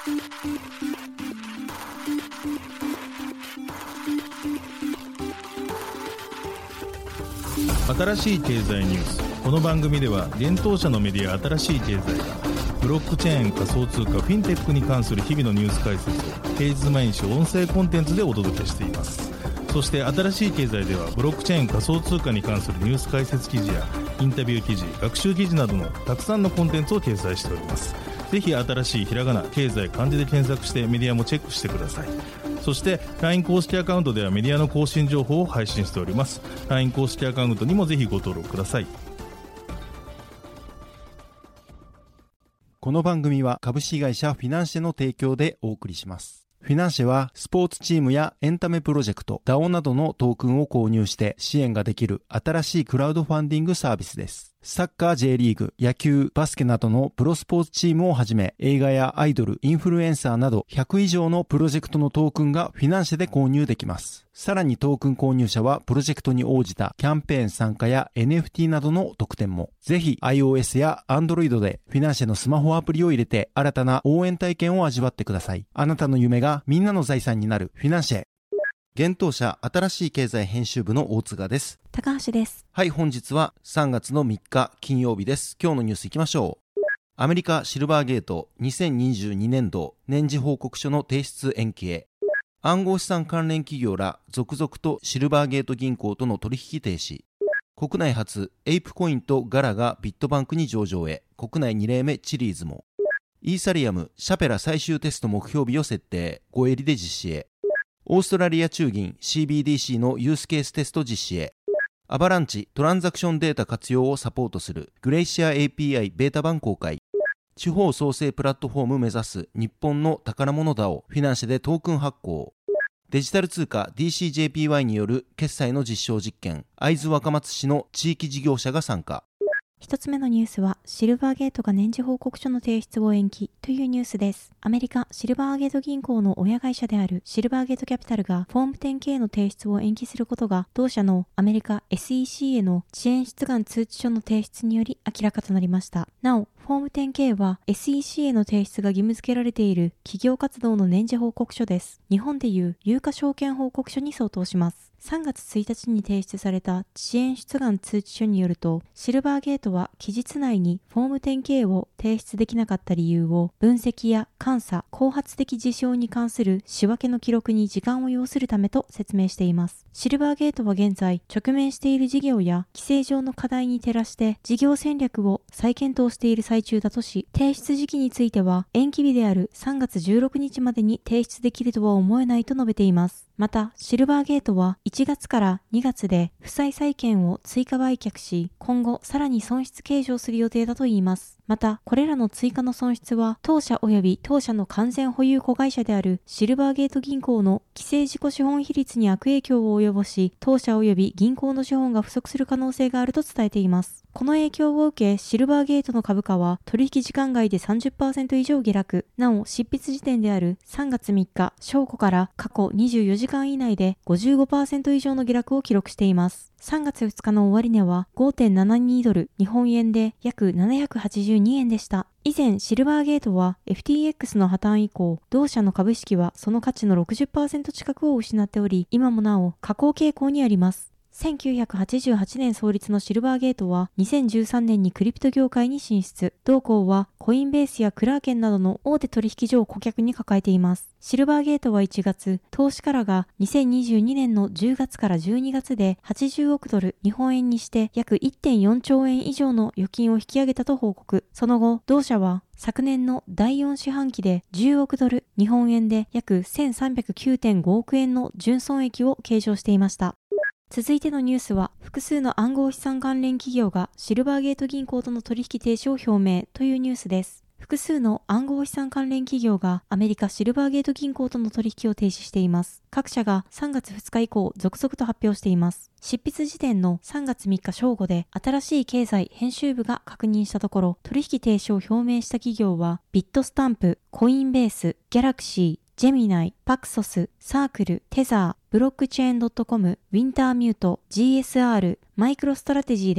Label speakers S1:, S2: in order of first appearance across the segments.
S1: 新しい経済ニュース。この番組では現当社のメディア新しい経済がブロックチェーン、仮想通貨、フィンテックに関する日々のニュース解説を平日毎日音声コンテンツでお届けしています。そして新しい経済ではブロックチェーン、仮想通貨に関するニュース解説記事やインタビュー記事、学習記事などのたくさんのコンテンツを掲載しております。ぜひ新しいひらがな、経済、漢字で検索してメディアもチェックしてください。そして LINE 公式アカウントではメディアの更新情報を配信しております。 LINE 公式アカウントにもぜひご登録ください。
S2: この番組は株式会社フィナンシェの提供でお送りします。フィナンシェはスポーツチームやエンタメプロジェクト、DAO などのトークンを購入して支援ができる新しいクラウドファンディングサービスです。サッカー J リーグ、野球、バスケなどのプロスポーツチームをはじめ、映画やアイドル、インフルエンサーなど100以上のプロジェクトのトークンがフィナンシェで購入できます。さらにトークン購入者はプロジェクトに応じたキャンペーン参加や NFT などの特典も。ぜひ iOS や Android でフィナンシェのスマホアプリを入れて新たな応援体験を味わってください。あなたの夢がみんなの財産になるフィナンシェ。現当社新しい経済編集部の大塚です。
S3: 高橋です。
S2: はい、本日は3月の3日金曜日です。今日のニュースいきましょう。アメリカシルバーゲート2022年度年次報告書の提出延期へ。暗号資産関連企業ら続々とシルバーゲート銀行との取引停止。国内初エイプコインとガラがビットバンクに上場へ。国内2例目チリーズも。イーサリアムシャペラ最終テスト目標日を設定、5エリで実施へ。オーストラリア中銀 CBDC のユースケーステスト実施へ。アバランチトランザクションデータ活用をサポートするグレイシア API ベータ版公開。地方創生プラットフォーム目指す日本の宝物DAOフィナンシェでトークン発行。デジタル通貨 DCJPY による決済の実証実験、会津若松市の地域事業者が参加。
S3: 一つ目のニュースは、シルバーゲートが年次報告書の提出を延期というニュースです。アメリカシルバーゲート銀行の親会社であるシルバーゲートキャピタルがフォーム 10K の提出を延期することが、同社のアメリカ SEC への遅延出願通知書の提出により明らかとなりました。なお、フォーム 10K は SEC への提出が義務付けられている企業活動の年次報告書です。日本でいう有価証券報告書に相当します。3月1日に提出された遅延出願通知書によると、シルバーゲートは期日内にフォーム 10K を提出できなかった理由を分析や監査、後発的事象に関する仕分けの記録に時間を要するためと説明しています。シルバーゲートは現在直面している事業や規制上の課題に照らして事業戦略を再検討している最中だとし、提出時期については延期日である3月16日までに提出できるとは思えないと述べています。また、シルバーゲートは1月から2月で負債債券を追加売却し、今後さらに損失計上する予定だといいます。また、これらの追加の損失は、当社及び当社の完全保有子会社であるシルバーゲート銀行の規制自己資本比率に悪影響を及ぼし、当社及び銀行の資本が不足する可能性があると伝えています。この影響を受け、シルバーゲートの株価は取引時間外で 30% 以上下落。なお、執筆時点である3月3日正午から過去24時間以内で 55% 以上の下落を記録しています。3月2日の終値は 5.72 ドル、日本円で約782円でした。以前、シルバーゲートは FTX の破綻以降、同社の株式はその価値の 60% 近くを失っており、今もなお下降傾向にあります。1988年創立のシルバーゲートは2013年にクリプト業界に進出。同行はコインベースやクラーケンなどの大手取引所を顧客に抱えています。シルバーゲートは1月、投資家らが2022年の10月から12月で80億ドル、日本円にして約 1.4 兆円以上の預金を引き上げたと報告。その後、同社は昨年の第4四半期で10億ドル、日本円で約 1309.5 億円の純損益を計上していました。続いてのニュースは、複数の暗号資産関連企業がシルバーゲート銀行との取引停止を表明というニュースです。複数の暗号資産関連企業がアメリカシルバーゲート銀行との取引を停止しています。各社が3月2日以降続々と発表しています。執筆時点の3月3日正午で新しい経済編集部が確認したところ、取引停止を表明した企業はビットスタンプ、コインベース、ギャラクシー、ジェミナイ、パクソス、サークル、テザー、ブロックチェーン .com、ウィンターミュート、GSR、マイクロストラテジーです。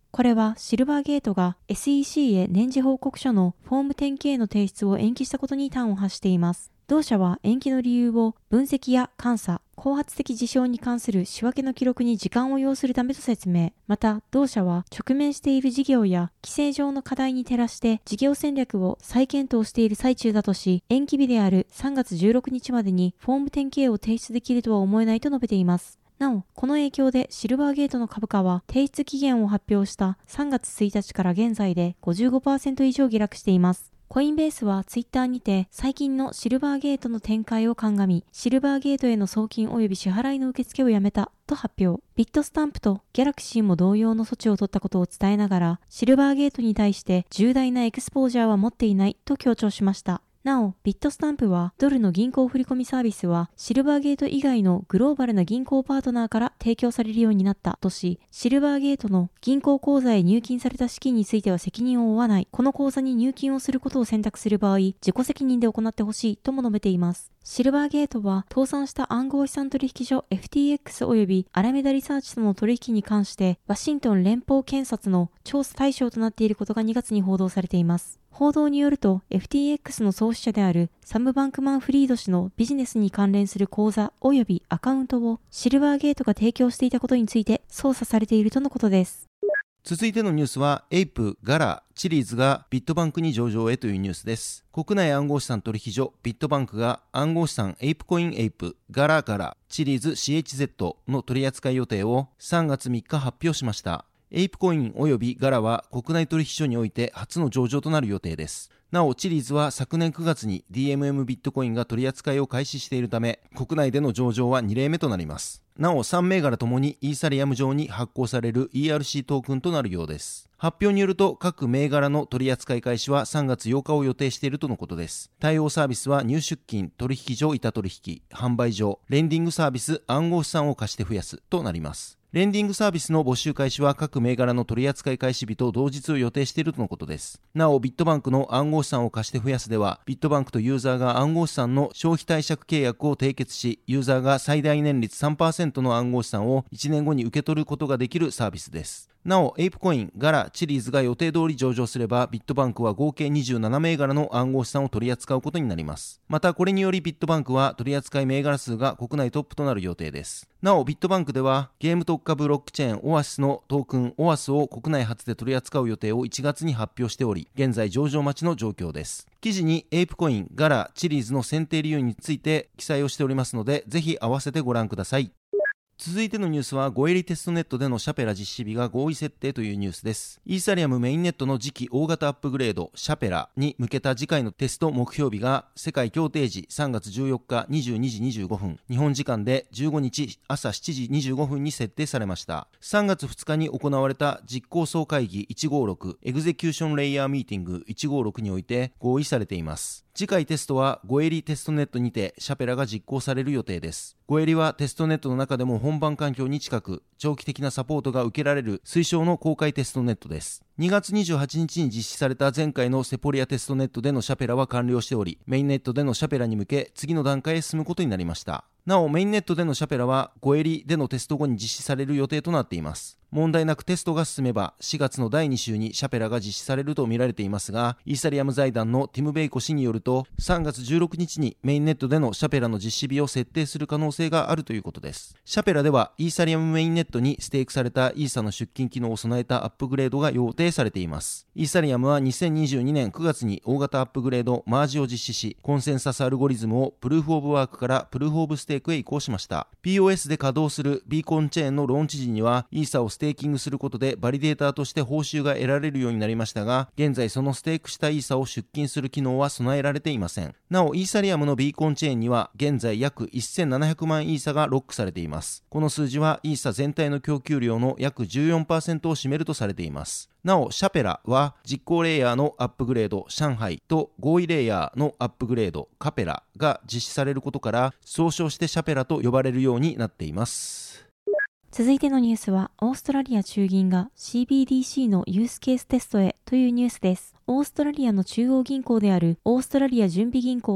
S3: これはシルバーゲートが SEC へ年次報告書のフォーム 10K の提出を延期したことに端を発しています。同社は延期の理由を分析や監査、後発的事象に関する仕分けの記録に時間を要するためと説明。また、同社は直面している事業や規制上の課題に照らして事業戦略を再検討している最中だとし、延期日である3月16日までにフォーム 10K を提出できるとは思えないと述べています。なお、この影響でシルバーゲートの株価は提出期限を発表した3月1日から現在で 55% 以上下落しています。コインベースはツイッターにて最近のシルバーゲートの展開を鑑み、シルバーゲートへの送金及び支払いの受付をやめたと発表。ビットスタンプとギャラクシーも同様の措置を取ったことを伝えながら、シルバーゲートに対して重大なエクスポージャーは持っていないと強調しました。なお、ビットスタンプはドルの銀行振込サービスはシルバーゲート以外のグローバルな銀行パートナーから提供されるようになったとし、シルバーゲートの銀行口座へ入金された資金については責任を負わない、この口座に入金をすることを選択する場合、自己責任で行ってほしいとも述べています。シルバーゲートは倒産した暗号資産取引所 FTX 及びアラメダリサーチとの取引に関してワシントン連邦検察の調査対象となっていることが2月に報道されています。報道によると FTX の創始者であるサム・バンクマン・フリード氏のビジネスに関連する口座及びアカウントをシルバーゲートが提供していたことについて捜査されているとのことです。
S2: 続いてのニュースは、エイプ、ガラ、チリーズがビットバンクに上場へというニュースです。国内暗号資産取引所ビットバンクが暗号資産エイプコインエイプ、ガラガラ、チリーズ CHZ の取扱い予定を3月3日発表しました。エイプコイン及びガラは国内取引所において初の上場となる予定です。なお、チリーズは昨年9月に DMM ビットコインが取り扱いを開始しているため、国内での上場は2例目となります。なお、3銘柄ともにイーサリアム上に発行される ERC トークンとなるようです。発表によると、各銘柄の取扱い開始は3月8日を予定しているとのことです。対応サービスは入出金、取引所板取引、販売所、レンディングサービス、暗号資産を貸して増やすとなります。レンディングサービスの募集開始は各銘柄の取扱い開始日と同日を予定しているとのことです。なお、ビットバンクの暗号資産を貸して増やすでは、ビットバンクとユーザーが暗号資産の消費貸借契約を締結し、ユーザーが最大年率 3% の暗号資産を1年後に受け取ることができるサービスです。なお、エイプコイン、ガラ、チリーズが予定通り上場すれば、ビットバンクは合計27銘柄の暗号資産を取り扱うことになります。また、これによりビットバンクは取扱い銘柄数が国内トップとなる予定です。なお、ビットバンクでは、ゲーム特化ブロックチェーンオアシスのトークンオアスを国内初で取り扱う予定を1月に発表しており、現在上場待ちの状況です。記事にエイプコイン、ガラ、チリーズの選定理由について記載をしておりますので、ぜひ合わせてご覧ください。続いてのニュースは、ゴエリテストネットでのシャペラ実施日が合意設定というニュースです。イーサリアムメインネットの次期大型アップグレード、シャペラに向けた次回のテスト目標日が、世界協定時3月14日22時25分、日本時間で15日朝7時25分に設定されました。3月2日に行われた実行総会議156、エグゼキューションレイヤーミーティング156において合意されています。次回テストはゴエリテストネットにてシャペラが実行される予定です。ゴエリはテストネットの中でも本番環境に近く、長期的なサポートが受けられる推奨の公開テストネットです。2月28日に実施された前回のセポリアテストネットでのシャペラは完了しており、メインネットでのシャペラに向け次の段階へ進むことになりました。なお、メインネットでのシャペラはゴエリでのテスト後に実施される予定となっています。問題なくテストが進めば4月の第2週にシャペラが実施されると見られていますが、イーサリアム財団のティム・ベイコ氏によると、3月16日にメインネットでのシャペラの実施日を設定する可能性があるということです。シャペラではイーサリアムメインネットにステークされたイーサの出金機能を備えたアップグレードが予定されています。イーサリアムは2022年9月に大型アップグレードマージを実施し、コンセンサスアルゴリズムをプルーフオブワークからプルーフオブステークへ移行しました。POS で稼働するビーコンチェーンのローンチ時にはイーサをステーキングすることでバリデーターとして報酬が得られるようになりましたが、現在そのステークしたイーサを出金する機能は備えられていません。なお、イーサリアムのビーコンチェーンには現在約1700万イーサがロックされています。この数字はイーサ全体の供給量の約 14% を占めるとされています。なお、シャペラは実行レイヤーのアップグレード上海と合意レイヤーのアップグレードカペラが実施されることから、総称してシャペラと呼ばれるようになっています。
S3: 続いてのニュースは、オーストラリア中銀が CBDC のユースケーステストへというニュースです。オーストラリアの中央銀行であるオーストラリア準備銀行と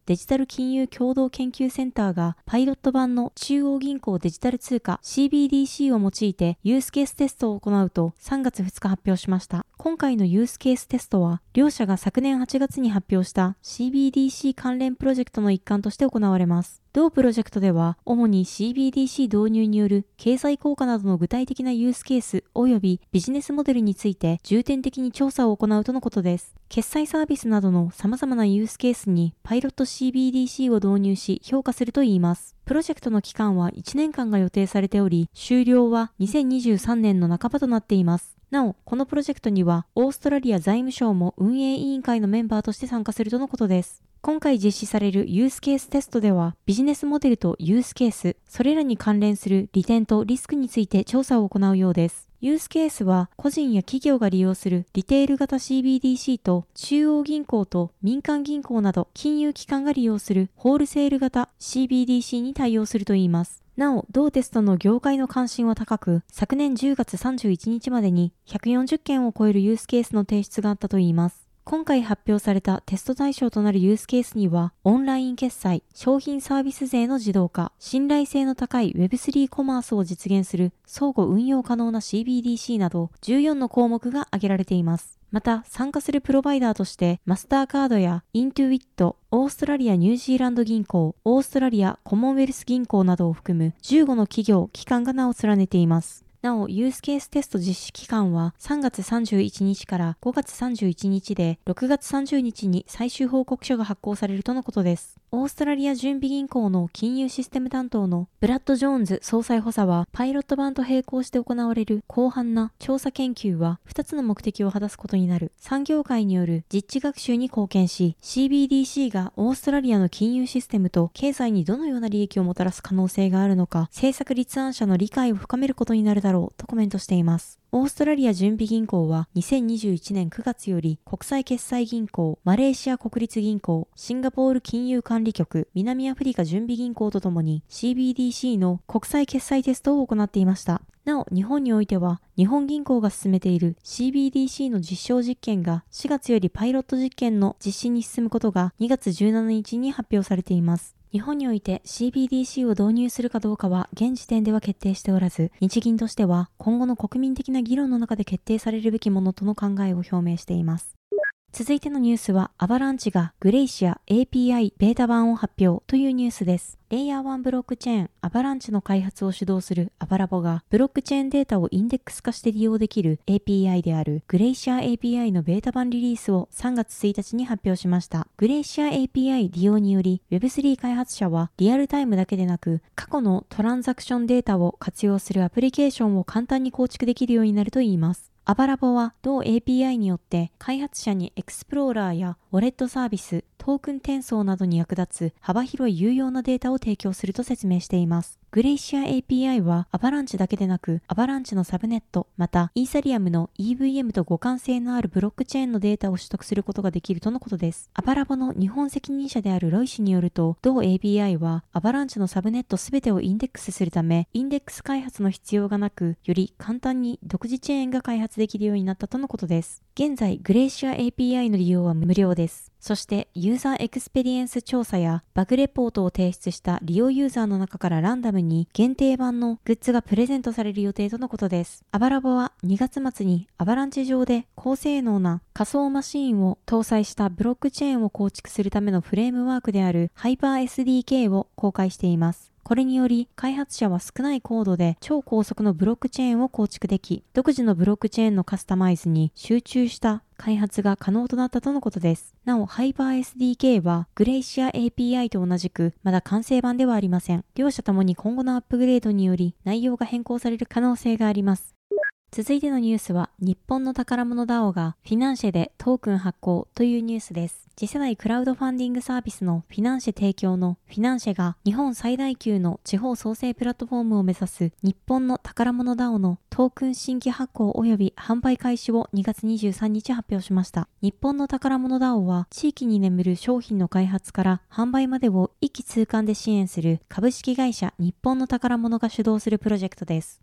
S3: デジタル金融共同研究センターがパイロット版の中央銀行デジタル通貨 CBDC を用いてユースケーステストを行うと3月2日発表しました。今回のユースケーステストは、両社が昨年8月に発表した CBDC 関連プロジェクトの一環として行われます。同プロジェクトでは、主に CBDC 導入による経済効果などの具体的なユースケース及びビジネスモデルについて重点的に調査を行うとのことです。決済サービスなどの様々なユースケースにパイロット CBDC を導入し評価するといいます。プロジェクトの期間は1年間が予定されており、終了は2023年の半ばとなっています。なお、このプロジェクトにはオーストラリア財務省も運営委員会のメンバーとして参加するとのことです。今回実施されるユースケーステストでは、ビジネスモデルとユースケース、それらに関連する利点とリスクについて調査を行うようです。ユースケースは個人や企業が利用するリテール型 CBDC と中央銀行と民間銀行など金融機関が利用するホールセール型 CBDC に対応するといいます。なお、同テストの業界の関心は高く、昨年10月31日までに140件を超えるユースケースの提出があったといいます。今回発表されたテスト対象となるユースケースには、オンライン決済、商品サービス税の自動化、信頼性の高い Web3 コマースを実現する相互運用可能な CBDC など14の項目が挙げられています。また、参加するプロバイダーとして、マスターカードやイントゥイット、オーストラリア・ニュージーランド銀行、オーストラリア・コモンウェルス銀行などを含む15の企業・機関が名を連ねています。なお、ユースケーステスト実施期間は3月31日から5月31日で、6月30日に最終報告書が発行されるとのことです。オーストラリア準備銀行の金融システム担当のブラッド・ジョーンズ総裁補佐は、パイロット版と並行して行われる広範な調査研究は2つの目的を果たすことになる。産業界による実地学習に貢献し、CBDC がオーストラリアの金融システムと経済にどのような利益をもたらす可能性があるのか、政策立案者の理解を深めることになるだろうとコメントしています。オーストラリア準備銀行は2021年9月より国際決済銀行、マレーシア国立銀行、シンガポール金融管理局、南アフリカ準備銀行とともに CBDC の国際決済テストを行っていました。なお、日本においては日本銀行が進めている CBDC の実証実験が4月よりパイロット実験の実施に進むことが2月17日に発表されています。日本において CBDC を導入するかどうかは現時点では決定しておらず、日銀としては今後の国民的な議論の中で決定されるべきものとの考えを表明しています。続いてのニュースは、アバランチがグレイシア API ベータ版を発表というニュースです。レイヤー1ブロックチェーンアバランチの開発を主導するアバラボが、ブロックチェーンデータをインデックス化して利用できる API であるグレイシア API のベータ版リリースを3月1日に発表しました。グレイシア API 利用により、Web3 開発者はリアルタイムだけでなく、過去のトランザクションデータを活用するアプリケーションを簡単に構築できるようになるといいます。アバラボは同 API によって開発者にエクスプローラーやウォレットサービス、トークン転送などに役立つ幅広い有用なデータを提供すると説明しています。グレイシア API はアバランチだけでなく、アバランチのサブネット、またイーサリアムの EVM と互換性のあるブロックチェーンのデータを取得することができるとのことです。アバラボの日本責任者であるロイ氏によると、同 API はアバランチのサブネットすべてをインデックスするため、インデックス開発の必要がなく、より簡単に独自チェーンが開発できるようになったとのことです。現在、グレイシア API の利用は無料です。そして、ユーザーエクスペリエンス調査やバグレポートを提出した利用ユーザーの中からランダムに限定版のグッズがプレゼントされる予定とのことです。アバラボは2月末にアバランチ上で高性能な仮想マシーンを搭載したブロックチェーンを構築するためのフレームワークであるハイパー SDK を公開しています。これにより、開発者は少ないコードで超高速のブロックチェーンを構築でき、独自のブロックチェーンのカスタマイズに集中した開発が可能となったとのことです。なお、ハイパー SDK はグレイシア API と同じく、まだ完成版ではありません。両社ともに今後のアップグレードにより、内容が変更される可能性があります。続いてのニュースは、日本の宝物 DAO がフィナンシェでトークン発行というニュースです。次世代クラウドファンディングサービスのフィナンシェ提供のフィナンシェが日本最大級の地方創生プラットフォームを目指す日本の宝物 DAO のトークン新規発行及び販売開始を2月23日発表しました。日本の宝物 DAO は地域に眠る商品の開発から販売までを一気通貫で支援する株式会社日本の宝物が主導するプロジェクトです。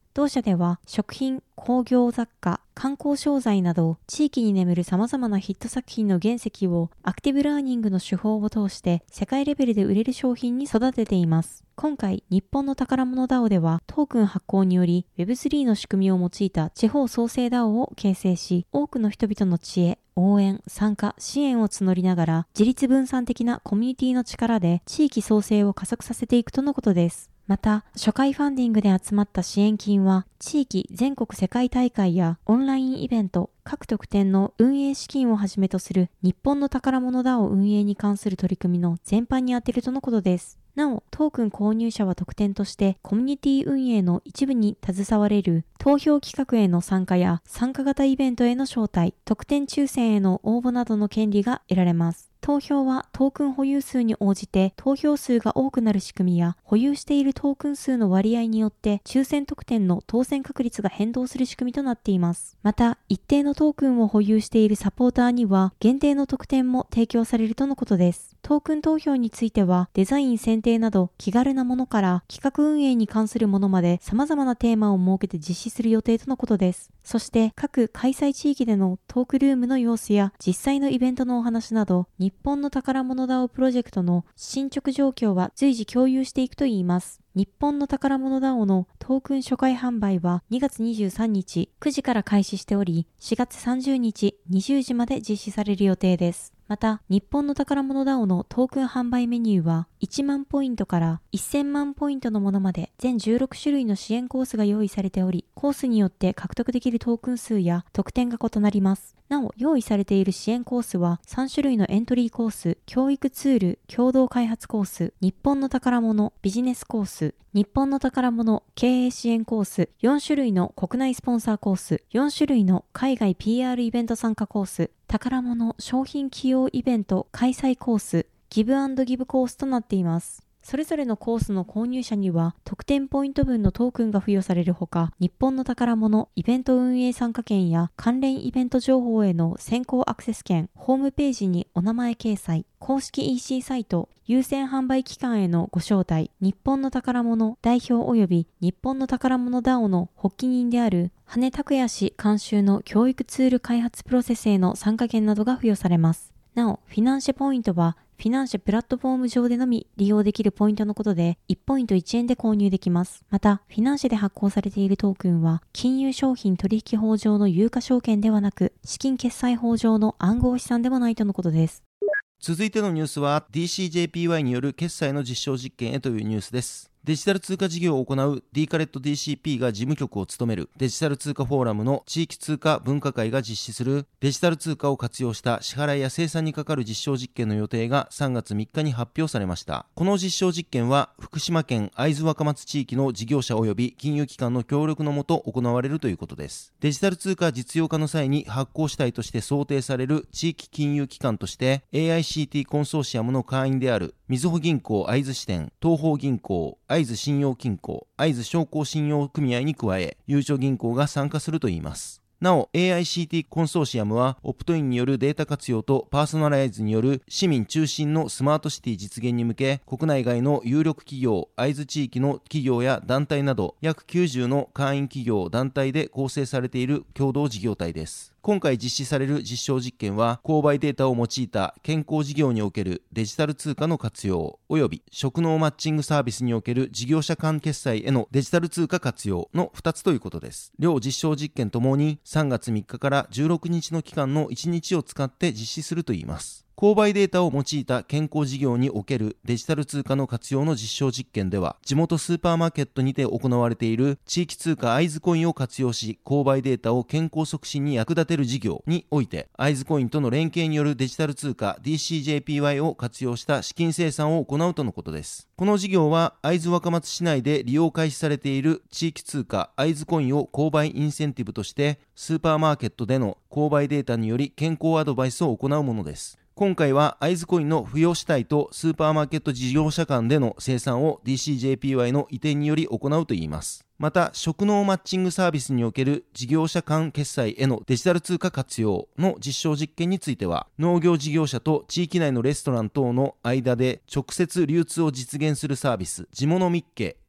S3: 同社では食品、工業雑貨、観光商材など地域に眠る様々なヒット作品の原石をアクティブラーニングの手法を通して世界レベルで売れる商品に育てています。今回、日本の宝物 DAO ではトークン発行により Web3 の仕組みを用いた地方創生 DAO を形成し、多くの人々の知恵、応援、参加、支援を募りながら自立分散的なコミュニティの力で地域創生を加速させていくとのことです。また、初回ファンディングで集まった支援金は、地域全国世界大会やオンラインイベント、各特典の運営資金をはじめとする日本の宝物 DAO 運営に関する取り組みの全般に充てるとのことです。なお、トークン購入者は特典としてコミュニティ運営の一部に携われる投票企画への参加や参加型イベントへの招待、特典抽選への応募などの権利が得られます。投票はトークン保有数に応じて投票数が多くなる仕組みや保有しているトークン数の割合によって抽選特典の当選確率が変動する仕組みとなっています。また、一定のトークンを保有しているサポーターには限定の特典も提供されるとのことです。トークン投票についてはデザイン選定など気軽なものから企画運営に関するものまで様々なテーマを設けて実施する予定とのことです。そして各開催地域でのトークルームの様子や実際のイベントのお話など日本の宝物 DAO プロジェクトの進捗状況は随時共有していくといいます。日本の宝物 DAO のトークン初回販売は2月23日9時から開始しており、4月30日20時まで実施される予定です。また、日本の宝物 DAO のトークン販売メニューは1万ポイントから1000万ポイントのものまで全16種類の支援コースが用意されており、コースによって獲得できるトークン数や特典が異なります。なお、用意されている支援コースは3種類のエントリーコース、教育ツール、共同開発コース、日本の宝物、ビジネスコース、日本の宝物、経営支援コース、4種類の国内スポンサーコース、4種類の海外 PR イベント参加コース、宝物商品起用イベント開催コース、ギブ&ギブコースとなっています。それぞれのコースの購入者には特典ポイント分のトークンが付与されるほか、日本の宝物イベント運営参加券や関連イベント情報への先行アクセス券、ホームページにお名前掲載、公式 EC サイト、優先販売期間へのご招待、日本の宝物代表及び日本の宝物 DAO の発起人である羽拓也氏監修の教育ツール開発プロセスへの参加券などが付与されます。なお、フィナンシェポイントはフィナンシェプラットフォーム上でのみ利用できるポイントのことで、1ポイント1円で購入できます。また、フィナンシェで発行されているトークンは、金融商品取引法上の有価証券ではなく、資金決済法上の暗号資産でもないとのことです。
S2: 続いてのニュースは DCJPY による決済の実証実験へというニュースです。デジタル通貨事業を行う D カレット DCP が事務局を務めるデジタル通貨フォーラムの地域通貨分科会が実施するデジタル通貨を活用した支払いや生産にかかる実証実験の予定が3月3日に発表されました。この実証実験は福島県会津若松地域の事業者及び金融機関の協力のもと行われるということです。デジタル通貨実用化の際に発行主体として想定される地域金融機関として AICT コンソーシアムの会員であるみずほ銀行会津支店、東邦銀行、会津信用金庫、会津商工信用組合に加え、ゆうちょ銀行が参加するといいます。なお、AICT コンソーシアムは、オプトインによるデータ活用とパーソナライズによる市民中心のスマートシティ実現に向け、国内外の有力企業、会津地域の企業や団体など、約90の会員企業、団体で構成されている共同事業体です。今回実施される実証実験は、購買データを用いた健康事業におけるデジタル通貨の活用、および職能マッチングサービスにおける事業者間決済へのデジタル通貨活用の2つということです。両実証実験ともに3月3日から16日の期間の1日を使って実施するといいます。購買データを用いた健康事業におけるデジタル通貨の活用の実証実験では、地元スーパーマーケットにて行われている地域通貨会津コインを活用し、購買データを健康促進に役立てる事業において、会津コインとの連携によるデジタル通貨 DCJPY を活用した資金生産を行うとのことです。この事業は会津若松市内で利用開始されている地域通貨会津コインを購買インセンティブとして、スーパーマーケットでの購買データにより健康アドバイスを行うものです。今回は会津コインの付与主体とスーパーマーケット事業者間での生産を DCJPY の移転により行うといいます。また、職能マッチングサービスにおける事業者間決済へのデジタル通貨活用の実証実験については、農業事業者と地域内のレストラン等の間で直接流通を実現するサービス、地物密系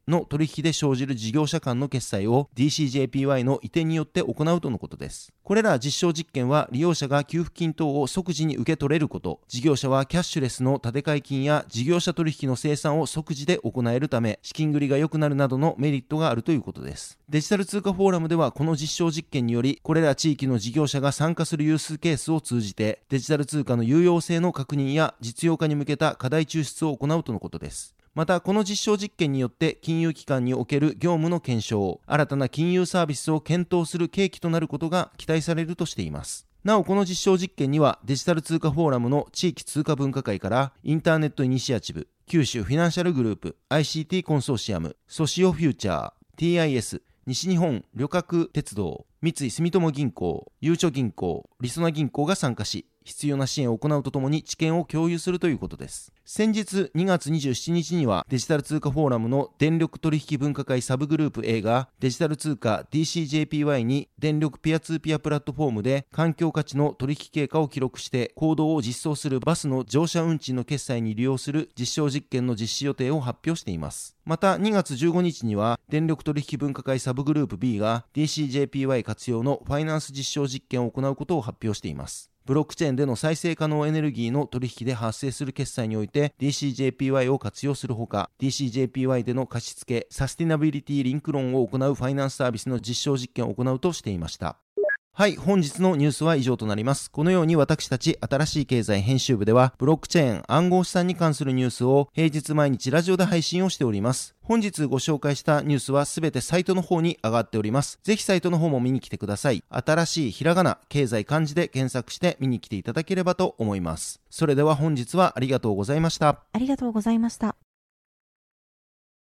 S2: の取引で生じる事業者間の決済を DCJPY の移転によって行うとのことです。これら実証実験は利用者が給付金等を即時に受け取れること、事業者はキャッシュレスの建て替え金や事業者取引の生産を即時で行えるため、資金繰りが良くなるなどのメリットがあるということです。デジタル通貨フォーラムではこの実証実験により、これら地域の事業者が参加するユースケースを通じて、デジタル通貨の有用性の確認や実用化に向けた課題抽出を行うとのことです。また、この実証実験によって金融機関における業務の検証、新たな金融サービスを検討する契機となることが期待されるとしています。なお、この実証実験にはデジタル通貨フォーラムの地域通貨分科会からインターネットイニシアチブ、九州フィナンシャルグループ、ICT コンソーシアム、ソシオフューチャー、TIS、西日本旅客鉄道、三井住友銀行、ゆうちょ銀行、りそな銀行が参加し、必要な支援を行うとともに知見を共有するということです。先日2月27日にはデジタル通貨フォーラムの電力取引分科会サブグループ A がデジタル通貨 DCJPY に電力ピアツーピアプラットフォームで環境価値の取引経過を記録して行動を実装するバスの乗車運賃の決済に利用する実証実験の実施予定を発表しています。また2月15日には電力取引分科会サブグループ B が DCJPY 活用のファイナンス実証実験を行うことを発表しています。ブロックチェーンでの再生可能エネルギーの取引で発生する決済において DCJPY を活用するほか、 DCJPY での貸付サスティナビリティリンクロンを行うファイナンスサービスの実証実験を行うとしていました。はい、本日のニュースは以上となります。このように私たち新しい経済編集部ではブロックチェーン暗号資産に関するニュースを平日毎日ラジオで配信をしております。本日ご紹介したニュースはすべてサイトの方に上がっております。ぜひサイトの方も見に来てください。新しいひらがな、経済漢字で検索して見に来ていただければと思います。それでは本日はありがとうございました。
S3: ありがとうございました。